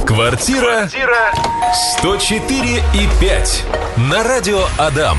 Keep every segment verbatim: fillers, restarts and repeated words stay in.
Квартира сто четыре и пять на радио Адам.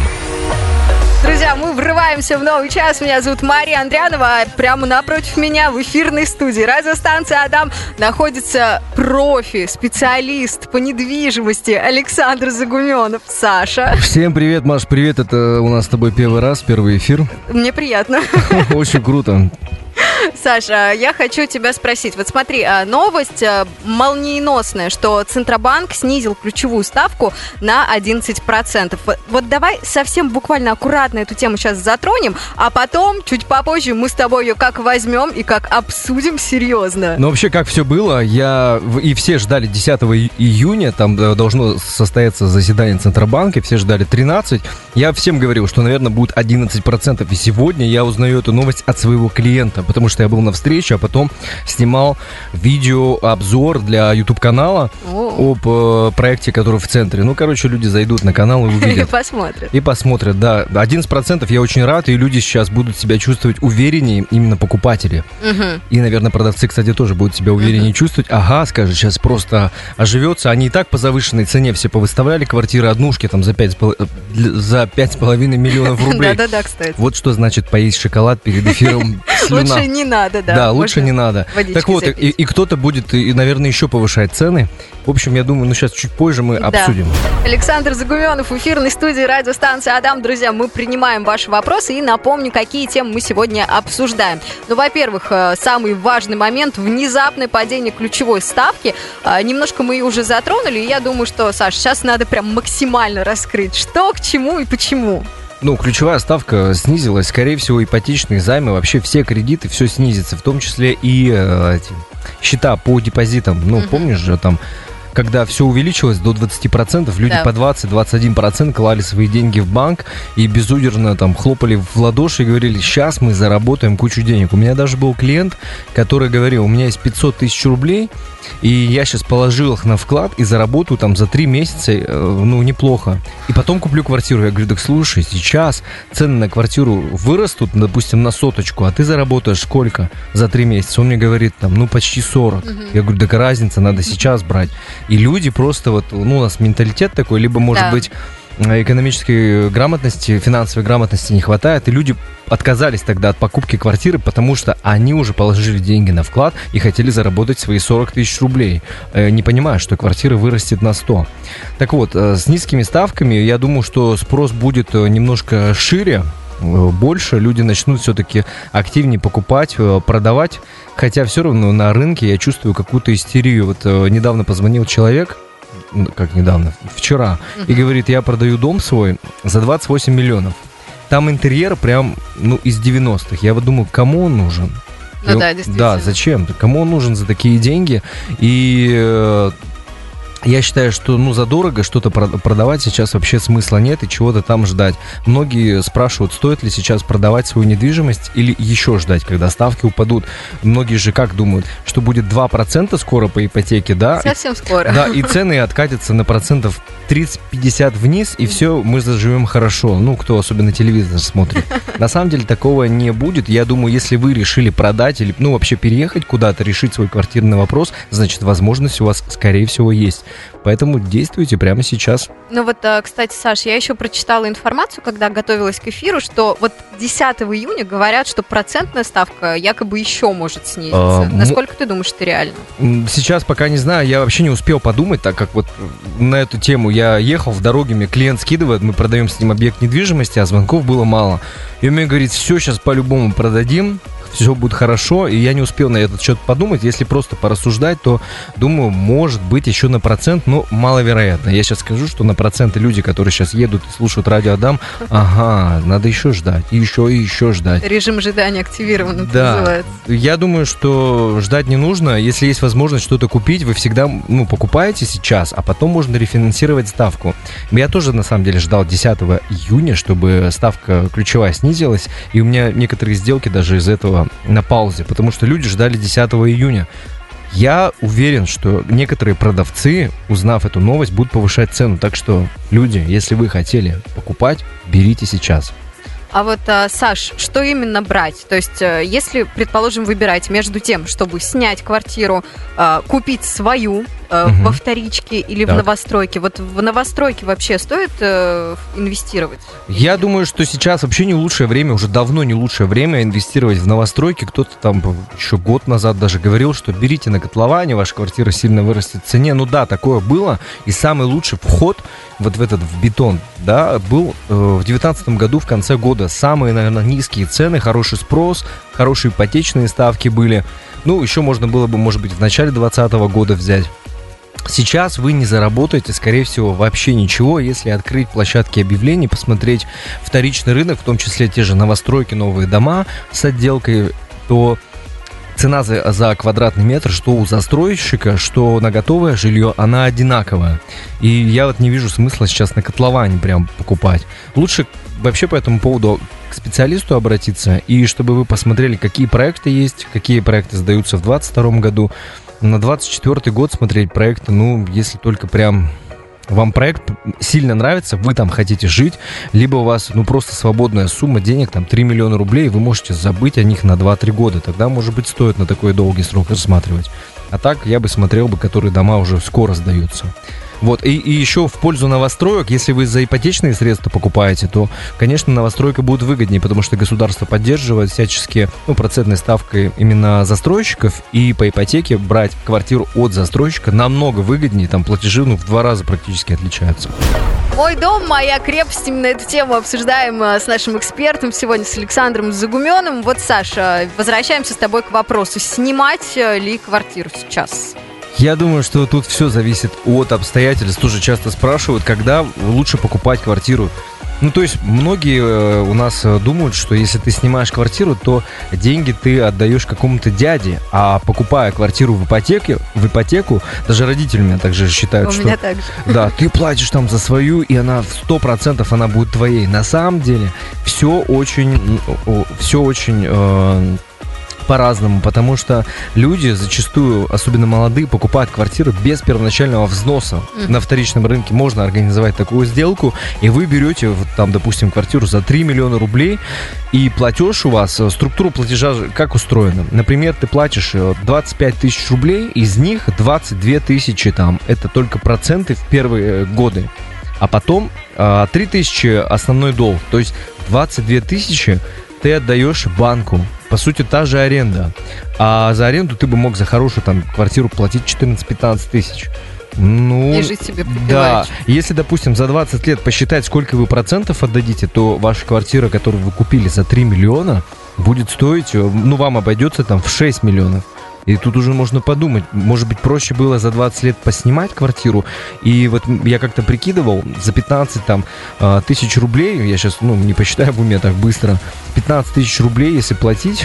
Друзья, мы врываемся в новый час. Меня зовут Мария Андрианова. Прямо напротив меня в эфирной студии радиостанции «Адам» находится профи, специалист по недвижимости Александр Загуменов. Саша. Всем привет, Маш, привет. Это у нас с тобой первый раз, первый эфир. Мне приятно. Очень круто. Саша, я хочу тебя спросить. Вот смотри, новость молниеносная, что Центробанк снизил ключевую ставку на одиннадцать процентов. Вот давай совсем буквально аккуратно эту тему сейчас затронем, а потом, чуть попозже, мы с тобой ее как возьмем и как обсудим серьезно. Ну, вообще, как все было, я и все ждали десятого июня, там должно состояться заседание Центробанка, все ждали тринадцать. Я всем говорил, что, наверное, будет одиннадцать процентов, и сегодня я узнаю эту новость от своего клиента, потому что я был на встрече, а потом снимал видеообзор для YouTube-канала об э, проекте, который в центре. Ну, короче, люди зайдут на канал и увидят. И посмотрят. И посмотрят, да. одиннадцать процентов я очень рад, и люди сейчас будут себя чувствовать увереннее, именно покупатели. Угу. И, наверное, продавцы, кстати, тоже будут себя увереннее угу. чувствовать. Ага, скажет, сейчас просто оживется. Они и так по завышенной цене все повыставляли квартиры, однушки там за пять с половиной миллионов рублей. Да-да-да, кстати. Вот что значит поесть шоколад перед эфиром. Лучше не надо, да. Да, лучше не надо. Так вот, и, и кто-то будет, и, наверное, еще повышать цены. В общем, я думаю, ну сейчас чуть позже мы да. обсудим. Александр Загуменов в эфирной студии радиостанции «Адам». Друзья, мы принимаем ваши вопросы и напомню, какие темы мы сегодня обсуждаем. Ну, во-первых, самый важный момент – внезапное падение ключевой ставки. Немножко мы ее уже затронули, и я думаю, что, Саш, сейчас надо прям максимально раскрыть, что, к чему и почему. Ну, ключевая ставка снизилась, скорее всего, ипотечные займы, вообще все кредиты, все снизится, в том числе и э, эти, счета по депозитам. Ну, uh-huh. помнишь же, там, когда все увеличилось до двадцати процентов, люди да. по двадцать-двадцать один процент клали свои деньги в банк и безудержно там хлопали в ладоши и говорили, сейчас мы заработаем кучу денег. У меня даже был клиент, который говорил, у меня есть пятьсот тысяч рублей, и я сейчас положил их на вклад и заработаю там за три месяца, ну, неплохо. И потом куплю квартиру. Я говорю, так слушай, сейчас цены на квартиру вырастут, допустим, на соточку, а ты заработаешь сколько за три месяца? Он мне говорит, там, ну, почти сорок. Угу. Я говорю, так разница, надо сейчас брать. И люди просто вот, ну, у нас менталитет такой, либо, может да. быть, экономической грамотности, финансовой грамотности не хватает, и люди отказались тогда от покупки квартиры, потому что они уже положили деньги на вклад и хотели заработать свои сорок тысяч рублей, не понимая, что квартира вырастет на сто. Так вот, с низкими ставками, я думаю, что спрос будет немножко шире, больше, люди начнут все-таки активнее покупать, продавать, хотя все равно на рынке я чувствую какую-то истерию. Вот недавно позвонил человек, как недавно, вчера, и говорит, я продаю дом свой за двадцать восемь миллионов. Там интерьер прям, ну, из девяностых. Я вот думаю, кому он нужен? Ну, и, да, действительно. Да, зачем? Кому он нужен за такие деньги? И э, я считаю, что, ну, задорого что-то продавать сейчас вообще смысла нет и чего-то там ждать. Многие спрашивают, стоит ли сейчас продавать свою недвижимость или еще ждать, когда ставки упадут. Многие же как думают, что будет два процента скоро по ипотеке, да? Совсем скоро. Да, и цены откатятся на процентов тридцать-пятьдесят вниз, и все, мы заживем хорошо. Ну, кто особенно телевизор смотрит. На самом деле такого не будет. Я думаю, если вы решили продать или, ну, вообще переехать куда-то, решить свой квартирный вопрос, значит, возможность у вас, скорее всего, есть. Поэтому действуйте прямо сейчас. Ну вот, кстати, Саш, я еще прочитала информацию, когда готовилась к эфиру, что вот десятого июня говорят, что процентная ставка якобы еще может снизиться. А, Насколько м- ты думаешь, это реально? Сейчас пока не знаю, я вообще не успел подумать, так как вот на эту тему я ехал в дороге, мне клиент скидывает, мы продаем с ним объект недвижимости, а звонков было мало. И он мне говорит, все, сейчас по-любому продадим, все будет хорошо, и я не успел на этот счет подумать. Если просто порассуждать, то, думаю, может быть еще на процент, но маловероятно. Я сейчас скажу, что на проценты люди, которые сейчас едут и слушают радио Адам, ага, надо еще ждать, и еще, и еще ждать. Режим ожидания активирован, это да. называется. Я думаю, что ждать не нужно. Если есть возможность что-то купить, вы всегда, ну, покупаете сейчас, а потом можно рефинансировать ставку. Я тоже, на самом деле, ждал десятого июня, чтобы ставка ключевая снизилась, и у меня некоторые сделки даже из этого на паузе, потому что люди ждали десятого июня. Я уверен, что некоторые продавцы, узнав эту новость, будут повышать цену. Так что, люди, если вы хотели покупать, берите сейчас. А вот, а, Саш, что именно брать? То есть, если, предположим, выбирать между тем, чтобы снять квартиру, а, купить свою а, угу. во вторичке или так. в новостройке, вот в новостройке вообще стоит а, инвестировать? Я думаю, что сейчас вообще не лучшее время, уже давно не лучшее время инвестировать в новостройки. Кто-то там еще год назад даже говорил, что берите на котловане, ваша квартира сильно вырастет в цене. Ну да, такое было. И самый лучший вход вот в этот, в бетон, да, был э, в девятнадцатом году в конце года. Самые, наверное, низкие цены, хороший спрос, хорошие ипотечные ставки были. Ну, еще можно было бы, может быть, в начале двадцатого года взять. Сейчас вы не заработаете, скорее всего, вообще ничего, если открыть площадки объявлений, посмотреть вторичный рынок, в том числе те же новостройки, новые дома с отделкой, то цена за, за квадратный метр, что у застройщика, что на готовое жилье, она одинаковая. И я вот не вижу смысла сейчас на котловане прям покупать. Лучше вообще по этому поводу к специалисту обратиться, и чтобы вы посмотрели, какие проекты есть, какие проекты сдаются в двадцать втором году. На двадцать четвёртый год смотреть проекты, ну, если только прям вам проект сильно нравится, вы там хотите жить, либо у вас, ну, просто свободная сумма денег, там, три миллиона рублей, вы можете забыть о них на два-три года. Тогда, может быть, стоит на такой долгий срок рассматривать. А так, я бы смотрел бы, которые дома уже скоро сдаются. Вот, и, и еще в пользу новостроек, если вы за ипотечные средства покупаете, то, конечно, новостройка будет выгоднее, потому что государство поддерживает всячески, ну, процентной ставкой именно застройщиков, и по ипотеке брать квартиру от застройщика намного выгоднее, там платежи, ну, в два раза практически отличаются. Мой дом, моя крепость. Именно эту тему обсуждаем с нашим экспертом сегодня, с Александром Загуменным. Вот, Саша, возвращаемся с тобой к вопросу, снимать ли квартиру сейчас? Я думаю, что тут все зависит от обстоятельств. Тоже часто спрашивают, когда лучше покупать квартиру. Ну, то есть, многие у нас думают, что если ты снимаешь квартиру, то деньги ты отдаешь какому-то дяде. А покупая квартиру в ипотеке, в ипотеку, даже родители меня также считают, у что... меня так же. Да, ты платишь там за свою, и она сто процентов она будет твоей. На самом деле, все очень... Все очень... Э, по-разному, потому что люди зачастую, особенно молодые, покупают квартиры без первоначального взноса. Mm-hmm. На вторичном рынке можно организовать такую сделку, и вы берете, вот, там, допустим, квартиру за три миллиона рублей, и платеж у вас, структура платежа как устроена? Например, ты платишь двадцать пять тысяч рублей, из них двадцать две тысячи, там, это только проценты в первые годы, а потом три тысячи основной долг, то есть двадцать две тысячи ты отдаешь банку. По сути, та же аренда. А за аренду ты бы мог за хорошую там квартиру платить четырнадцать-пятнадцать тысяч. Ну, и жить себе припеваючи. Да. Если, допустим, за двадцать лет посчитать, сколько вы процентов отдадите, то ваша квартира, которую вы купили за три миллиона, будет стоить, ну, вам обойдется там в шесть миллионов. И тут уже можно подумать, может быть, проще было за двадцать лет поснимать квартиру. И вот я как-то прикидывал, за пятнадцать там, тысяч рублей, я сейчас, ну, не посчитаю в уме так быстро, пятнадцать тысяч рублей, если платить,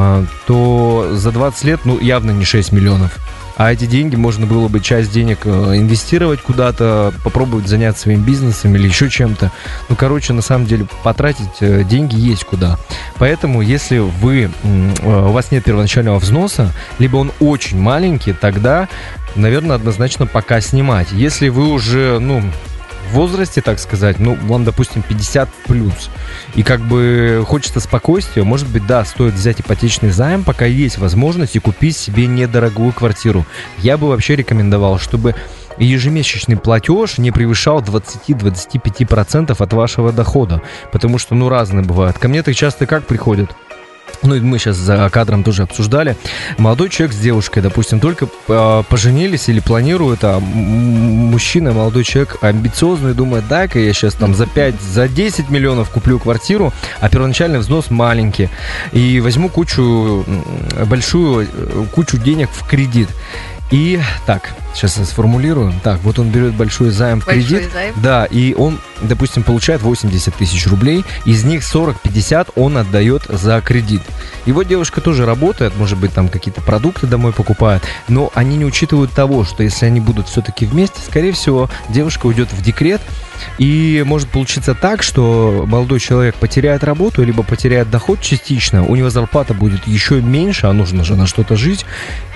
то за двадцать лет, ну, явно не шесть миллионов. А эти деньги можно было бы часть денег инвестировать куда-то, попробовать заняться своим бизнесом или еще чем-то. Ну, короче, на самом деле, потратить деньги есть куда. Поэтому, если вы, у вас нет первоначального взноса, либо он очень маленький, тогда, наверное, однозначно пока снимать. Если вы уже, ну... в возрасте, так сказать, ну, вам, допустим, пятьдесят плюс, и как бы хочется спокойствия, может быть, да, стоит взять ипотечный займ, пока есть возможность, и купить себе недорогую квартиру. Я бы вообще рекомендовал, чтобы ежемесячный платеж не превышал двадцать-двадцать пять процентов от вашего дохода, потому что, ну, разные бывают. Ко мне так часто как приходят? Ну, и мы сейчас за кадром тоже обсуждали. Молодой человек с девушкой, допустим, только поженились или планируют, а мужчина, молодой человек амбициозный, думает, дай-ка я сейчас там за пять, за десять миллионов куплю квартиру, а первоначальный взнос маленький, и возьму кучу, большую кучу денег в кредит. И так, сейчас я сформулирую. Так, вот он берет большой займ в большой кредит. Займ. Да, и он, допустим, получает восемьдесят тысяч рублей. Из них сорок-пятьдесят он отдает за кредит. Его девушка тоже работает, может быть, там какие-то продукты домой покупает. Но они не учитывают того, что если они будут все-таки вместе, скорее всего, девушка уйдет в декрет. И может получиться так, что молодой человек потеряет работу, либо потеряет доход частично. У него зарплата будет еще меньше, а нужно же на что-то жить.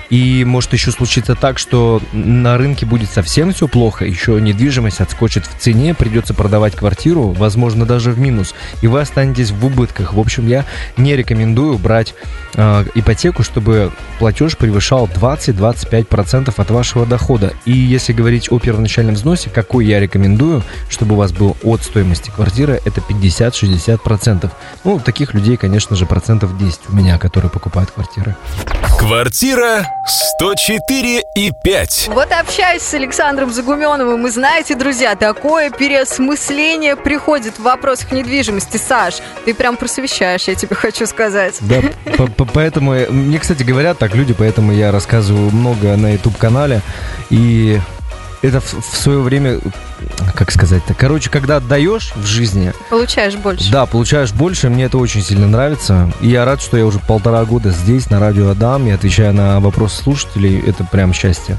И может еще случиться так, что на рынке будет совсем все плохо, еще недвижимость отскочит в цене, придется продавать квартиру, возможно, даже в минус, и вы останетесь в убытках. В общем, я не рекомендую брать э, ипотеку, чтобы платеж превышал двадцать-двадцать пять процентов от вашего дохода. И если говорить о первоначальном взносе, какой я рекомендую, чтобы у вас был от стоимости квартиры, это пятьдесят-шестьдесят процентов. Ну, таких людей, конечно же, процентов десять у меня, которые покупают квартиры. Квартира сто четыре и пять. Вот общаюсь с Александром Загуменовым, и знаете, друзья, такое переосмысление приходит в вопросах недвижимости. Саш, ты прям просвещаешь, я тебе хочу сказать. Да, поэтому, мне, кстати, говорят так люди, поэтому я рассказываю много на YouTube-канале, и это в, в свое время, как сказать-то, короче, когда отдаешь в жизни... Получаешь больше. Да, получаешь больше, мне это очень сильно нравится. И я рад, что я уже полтора года здесь, на радио Адам, и отвечаю на вопросы слушателей, это прям счастье.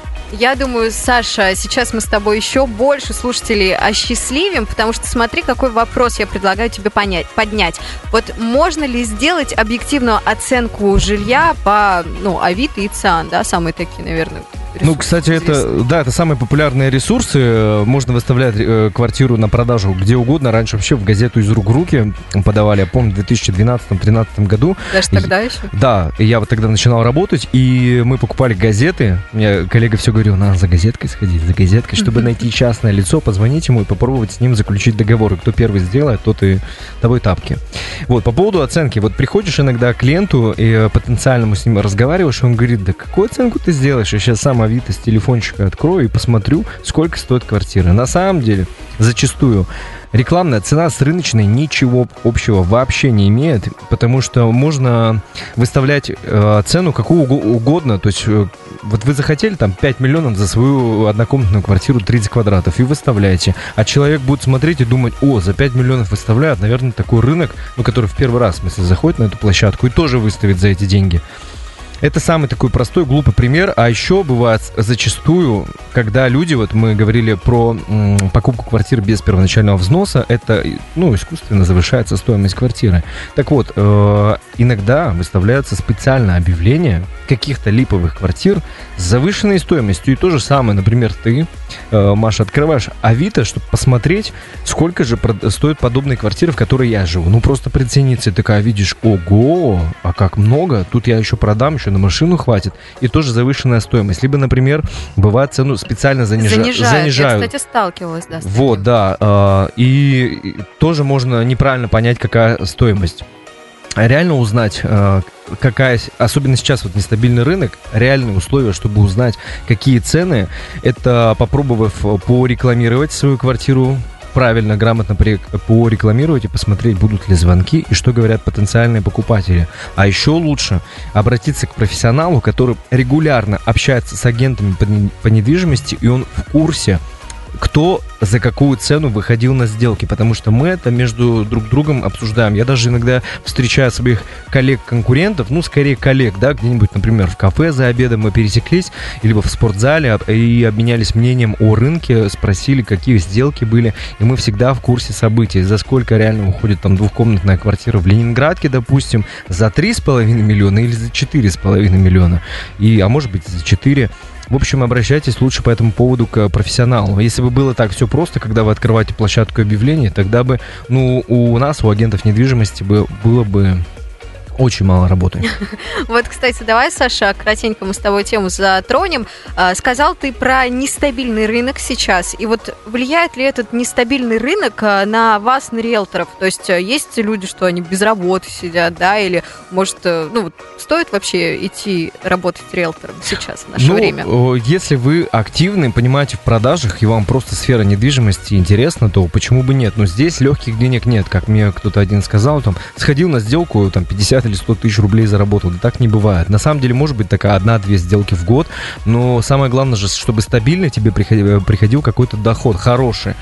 Я думаю, Саша, сейчас мы с тобой еще больше слушателей осчастливим, потому что смотри, какой вопрос я предлагаю тебе понять, поднять. Вот можно ли сделать объективную оценку жилья по, ну, Авито и ЦИАН, да, самые такие, наверное, ресурсы? Ну, кстати, это, да, это самые популярные ресурсы. Можно выставлять э, квартиру на продажу где угодно. Раньше вообще в газету «Из рук в руки» подавали, я помню, в две тысячи двенадцатом-тринадцатом году. Даже тогда еще? Да, я вот тогда начинал работать, и мы покупали газеты. У меня коллега все говорил, надо за газеткой сходить, за газеткой, чтобы найти частное лицо, позвонить ему и попробовать с ним заключить договор. И кто первый сделает, тот и того и тапки. Вот, по поводу оценки. Вот приходишь иногда к клиенту и потенциальному с ним разговариваешь, он говорит, да какую оценку ты сделаешь? Я сейчас сам Авито с телефончика открою и посмотрю, сколько стоит квартира. На самом деле, зачастую рекламная цена с рыночной ничего общего вообще не имеет, потому что можно выставлять э, цену какую угодно. То есть э, вот вы захотели там пять миллионов за свою однокомнатную квартиру тридцать квадратов и выставляете, а человек будет смотреть и думать, о, за пять миллионов выставляют, наверное, такой рынок, ну, который в первый раз, в смысле, заходит на эту площадку и тоже выставит за эти деньги. Это самый такой простой, глупый пример. А еще бывает зачастую, когда люди, вот мы говорили про м, покупку квартир без первоначального взноса, это, ну, искусственно завышается стоимость квартиры. Так вот, э, иногда выставляются специально объявления каких-то липовых квартир с завышенной стоимостью. И то же самое, например, ты, э, Маша, открываешь Авито, чтобы посмотреть, сколько же стоит подобные квартиры, в которой я живу. Ну, просто прицениться. И такая видишь, ого, а как много, тут я еще продам, еще на машину хватит, и тоже завышенная стоимость. Либо, например, бывает цену специально занижа... занижают. занижают. Я, кстати, сталкивалась, да. Вот, да. Э, и, и тоже можно неправильно понять, какая стоимость. Реально узнать, э, какая, особенно сейчас вот нестабильный рынок, реальные условия, чтобы узнать, какие цены, это попробовав порекламировать свою квартиру, правильно, грамотно порекламировать и посмотреть, будут ли звонки и что говорят потенциальные покупатели. А еще лучше обратиться к профессионалу, который регулярно общается с агентами по недвижимости, и он в курсе, кто за какую цену выходил на сделки, потому что мы это между друг другом обсуждаем. Я даже иногда встречаю своих коллег-конкурентов, ну, скорее коллег, да, где-нибудь, например, в кафе за обедом мы пересеклись, либо в спортзале и обменялись мнением о рынке, спросили, какие сделки были, и мы всегда в курсе событий, за сколько реально уходит там двухкомнатная квартира в Ленинградке, допустим, за три с половиной миллиона или за четыре с половиной миллиона, и, а может быть за четыре. В общем, обращайтесь лучше по этому поводу к профессионалу. Если бы было так все просто, когда вы открываете площадку объявлений, тогда бы, ну, у нас, у агентов недвижимости бы, было бы очень мало работы. Вот, кстати, давай, Саша, кратенько мы с тобой тему затронем. Сказал ты про нестабильный рынок сейчас. И вот влияет ли этот нестабильный рынок на вас, на риэлторов? То есть есть люди, что они без работы сидят, да, или, может, ну, стоит вообще идти работать риэлтором сейчас, в наше ну, время? Если вы активны, понимаете в продажах, и вам просто сфера недвижимости интересна, то почему бы нет? Но здесь легких денег нет, как мне кто-то один сказал, там, сходил на сделку, там, пятьдесят или сто тысяч рублей заработал. Да так не бывает. На самом деле, может быть, такая одна-две сделки в год, но самое главное же, чтобы стабильно тебе приходил, приходил какой-то доход хороший,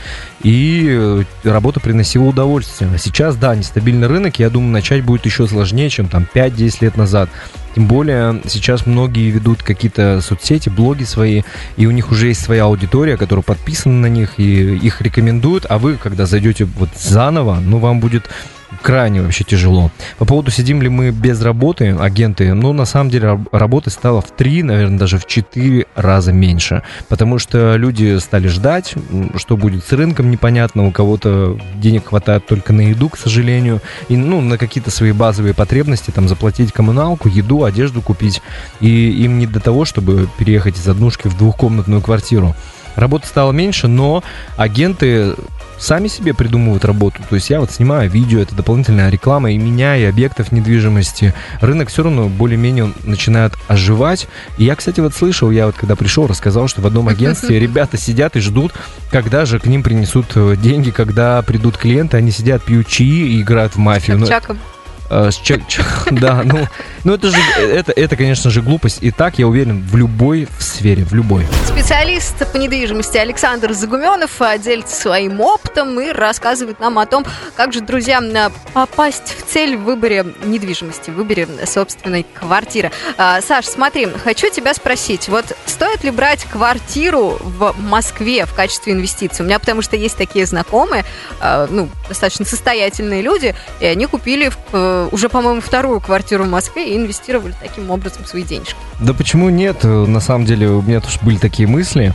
и работа приносила удовольствие. А сейчас, да, нестабильный рынок, я думаю, начать будет еще сложнее, чем там пять-десять лет назад. Тем более, сейчас многие ведут какие-то соцсети, блоги свои, и у них уже есть своя аудитория, которая подписана на них, и их рекомендуют, а вы, когда зайдете вот заново, ну, вам будет крайне вообще тяжело. По поводу, сидим ли мы без работы, агенты, ну, на самом деле, работы стало в три, наверное, даже в четыре раза меньше, потому что люди стали ждать, что будет с рынком, непонятно, у кого-то денег хватает только на еду, к сожалению, и, ну, на какие-то свои базовые потребности, там, заплатить коммуналку, еду, одежду купить, и им не до того, чтобы переехать из однушки в двухкомнатную квартиру. Работы стало меньше, но агенты сами себе придумывают работу. То есть я вот снимаю видео, это дополнительная реклама и меня, и объектов недвижимости. Рынок все равно более-менее начинает оживать. И я, кстати, вот слышал, я вот когда пришел, рассказал, что в одном агентстве ребята сидят и ждут, когда же к ним принесут деньги, когда придут клиенты, они сидят, пьют чаи и играют в мафию. С Чаком. С чак, чак, да, ну, ну это же, это, это, конечно же, глупость. И так, я уверен, в любой в сфере, в любой. Специалист по недвижимости Александр Загуменов делится своим опытом и рассказывает нам о том, как же, друзья, попасть в цель в выборе недвижимости, в выборе собственной квартиры. А, Саш, смотри, хочу тебя спросить, вот стоит ли брать квартиру в Москве в качестве инвестиции? У меня потому что есть такие знакомые, а, ну, достаточно состоятельные люди, и они купили в уже, по-моему, вторую квартиру в Москве и инвестировали таким образом свои денежки. Да почему нет? На самом деле у меня тоже были такие мысли.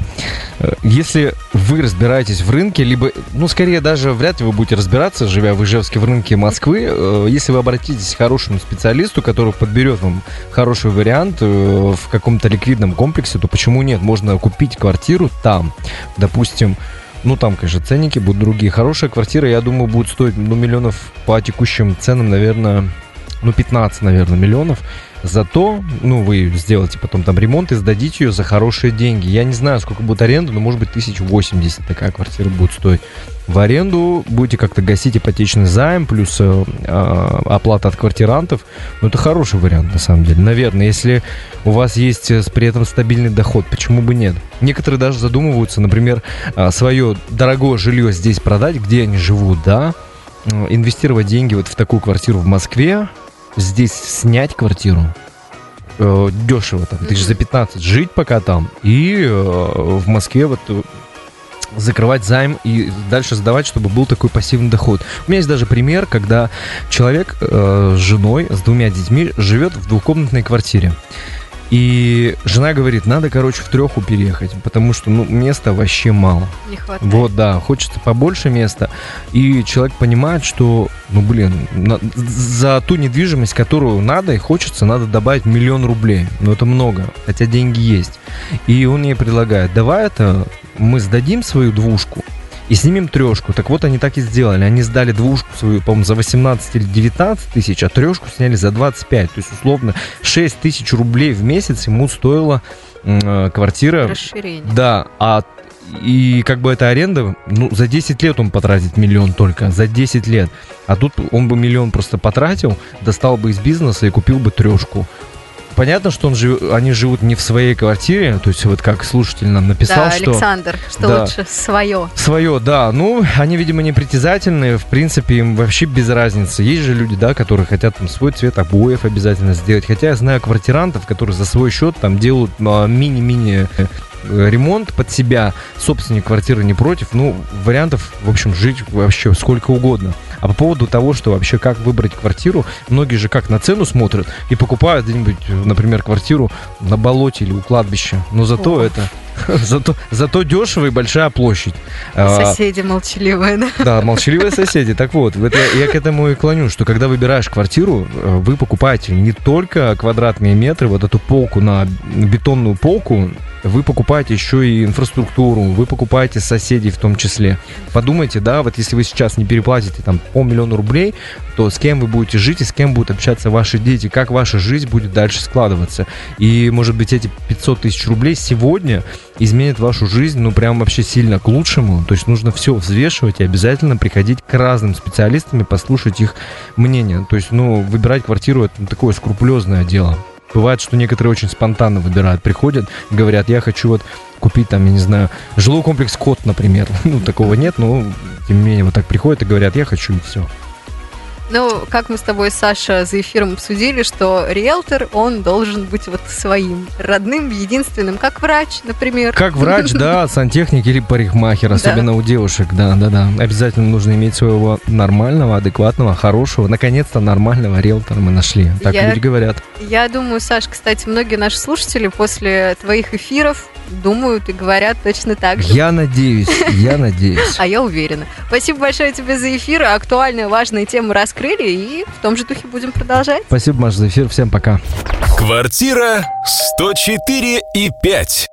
Если вы разбираетесь в рынке, либо, ну, скорее даже вряд ли вы будете разбираться, живя в Ижевске, в рынке Москвы, если вы обратитесь к хорошему специалисту, который подберет вам хороший вариант в каком-то ликвидном комплексе, то почему нет? Можно купить квартиру там, допустим. Ну, там, конечно, ценники будут другие. Хорошая квартира, я думаю, будет стоить, ну, миллионов по текущим ценам, наверное, ну, пятнадцать, наверное, миллионов. Зато, ну, вы сделаете потом там ремонт и сдадите ее за хорошие деньги. Я не знаю, сколько будет аренда, но, может быть, тысяч восемьдесят такая квартира будет стоить. В аренду будете как-то гасить ипотечный займ, плюс э, э, оплата от квартирантов. Ну, это хороший вариант, на самом деле. Наверное, если у вас есть при этом стабильный доход, почему бы нет? Некоторые даже задумываются, например, э, свое дорогое жилье здесь продать, где они живут, да, э, инвестировать деньги вот в такую квартиру в Москве, здесь снять квартиру э, дешево, там, тысяч за пятнадцать, жить пока там, и э, в Москве вот закрывать займ и дальше сдавать, чтобы был такой пассивный доход. У меня есть даже пример, когда человек э, с женой, с двумя детьми живет в двухкомнатной квартире. И жена говорит, надо, короче, в треху переехать, потому что, ну, места вообще мало. Не хватает. Вот, да, хочется побольше места. И человек понимает, что, ну, блин, на, за ту недвижимость, которую надо и хочется, надо добавить миллион рублей. Но это много, хотя деньги есть. И он ей предлагает, давай это мы сдадим свою двушку и снимем трешку. Так вот, они так и сделали. Они сдали двушку свою, по-моему, за восемнадцать или девятнадцать тысяч, а трешку сняли за двадцать пять. То есть, условно, шесть тысяч рублей в месяц ему стоила э, квартира. Расширение. Да, а и как бы эта аренда, ну, за десять лет он потратит миллион только, за десять лет. А тут он бы миллион просто потратил, достал бы из бизнеса и купил бы трешку. Понятно, что он жив... они живут не в своей квартире, то есть вот как слушатель нам написал, да, что... Александр, что да, лучше свое. Свое, да. Ну, они, видимо, не притязательные, в принципе, им вообще без разницы. Есть же люди, да, которые хотят там свой цвет обоев обязательно сделать. Хотя я знаю квартирантов, которые за свой счет там делают а, мини-мини ремонт под себя, собственник квартиры не против. Ну, вариантов, в общем, жить вообще сколько угодно. А по поводу того, что вообще как выбрать квартиру, многие же как на цену смотрят и покупают где-нибудь, например, квартиру на болоте или у кладбища. Но зато О. это... Зато, зато дешево и большая площадь. Соседи молчаливые, да? Да, молчаливые соседи. Так вот, вот я, я к этому и клоню, что когда выбираешь квартиру, вы покупаете не только квадратные метры, вот эту полку на бетонную полку, вы покупаете еще и инфраструктуру, вы покупаете соседей в том числе. Подумайте, да, вот если вы сейчас не переплатите там полмиллиона рублей, то с кем вы будете жить и с кем будут общаться ваши дети, как ваша жизнь будет дальше складываться. И, может быть, эти пятьсот тысяч рублей сегодня изменят вашу жизнь, ну, прям вообще сильно к лучшему. То есть нужно все взвешивать и обязательно приходить к разным специалистам и послушать их мнение. То есть, ну, выбирать квартиру – это ну, такое скрупулезное дело. Бывает, что некоторые очень спонтанно выбирают, приходят, говорят, я хочу вот купить там, я не знаю, жилой комплекс «Кот», например. Ну, такого нет, но, тем не менее, вот так приходят и говорят, я хочу, и все. Ну, как мы с тобой, Саша, за эфиром обсудили, что риэлтор, он должен быть вот своим, родным, единственным, как врач, например. Как врач, да, сантехник или парикмахер, особенно да. у девушек, да-да-да. Обязательно нужно иметь своего нормального, адекватного, хорошего, наконец-то нормального риэлтора мы нашли. Так я, люди говорят. Я думаю, Саш, кстати, многие наши слушатели после твоих эфиров думают и говорят точно так же. Я надеюсь, я надеюсь. А я уверена. Спасибо большое тебе за эфир. Актуальные, важные темы раскрыли, и в том же духе будем продолжать. Спасибо, Маш, за эфир. Всем пока. Квартира сто четыре и пять.